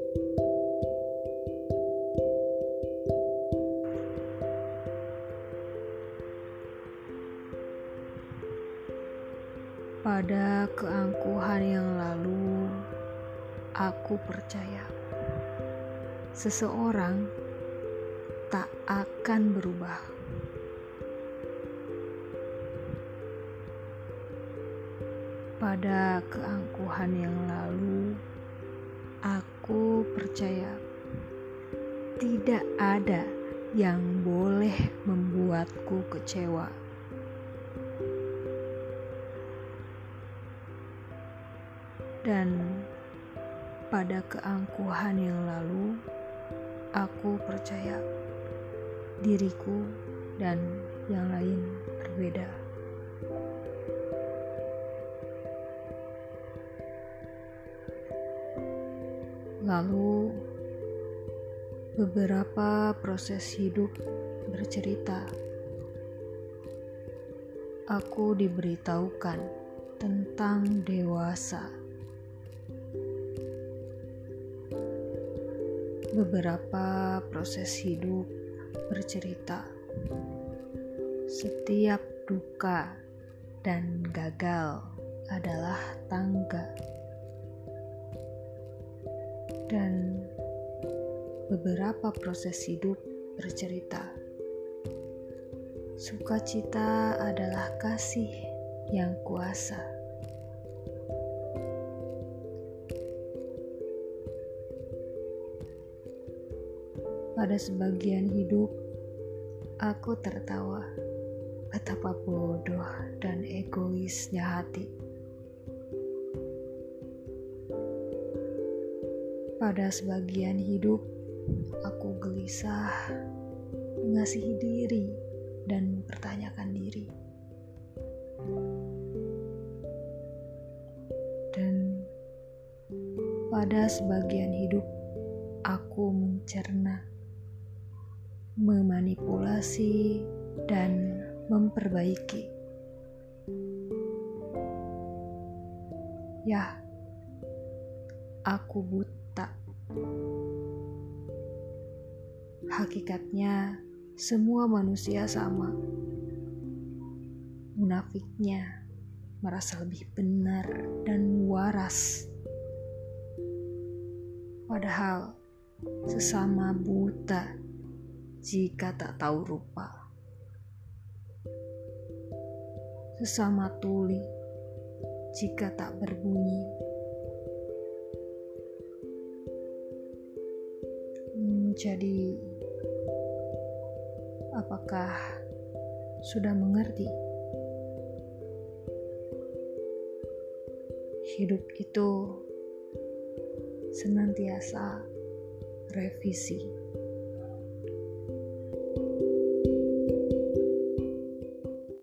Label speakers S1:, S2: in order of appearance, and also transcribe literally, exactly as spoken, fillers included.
S1: Pada keangkuhan yang lalu, aku percaya seseorang tak akan berubah. Pada keangkuhan yang lalu, aku percaya tidak ada yang boleh membuatku kecewa. Dan pada keangkuhan yang lalu, aku percaya diriku dan yang lain berbeda. Lalu, beberapa proses hidup bercerita. Aku diberitahukan tentang dewasa. Beberapa proses hidup bercerita. Setiap duka dan gagal adalah tangga. Dan beberapa proses hidup bercerita. Sukacita adalah kasih yang kuasa. Pada sebagian hidup, aku tertawa betapa bodoh dan egoisnya hati. Pada sebagian hidup, aku gelisah, mengasihi diri, dan mempertanyakan diri. Dan pada sebagian hidup, aku mencerna, memanipulasi, dan memperbaiki. Ya, aku buta. Hakikatnya, semua manusia sama. Munafiknya merasa lebih benar dan waras. Padahal, sesama buta jika tak tahu rupa. Sesama tuli jika tak berbunyi. Hmm, jadi, apakah sudah mengerti? Hidup itu senantiasa revisi.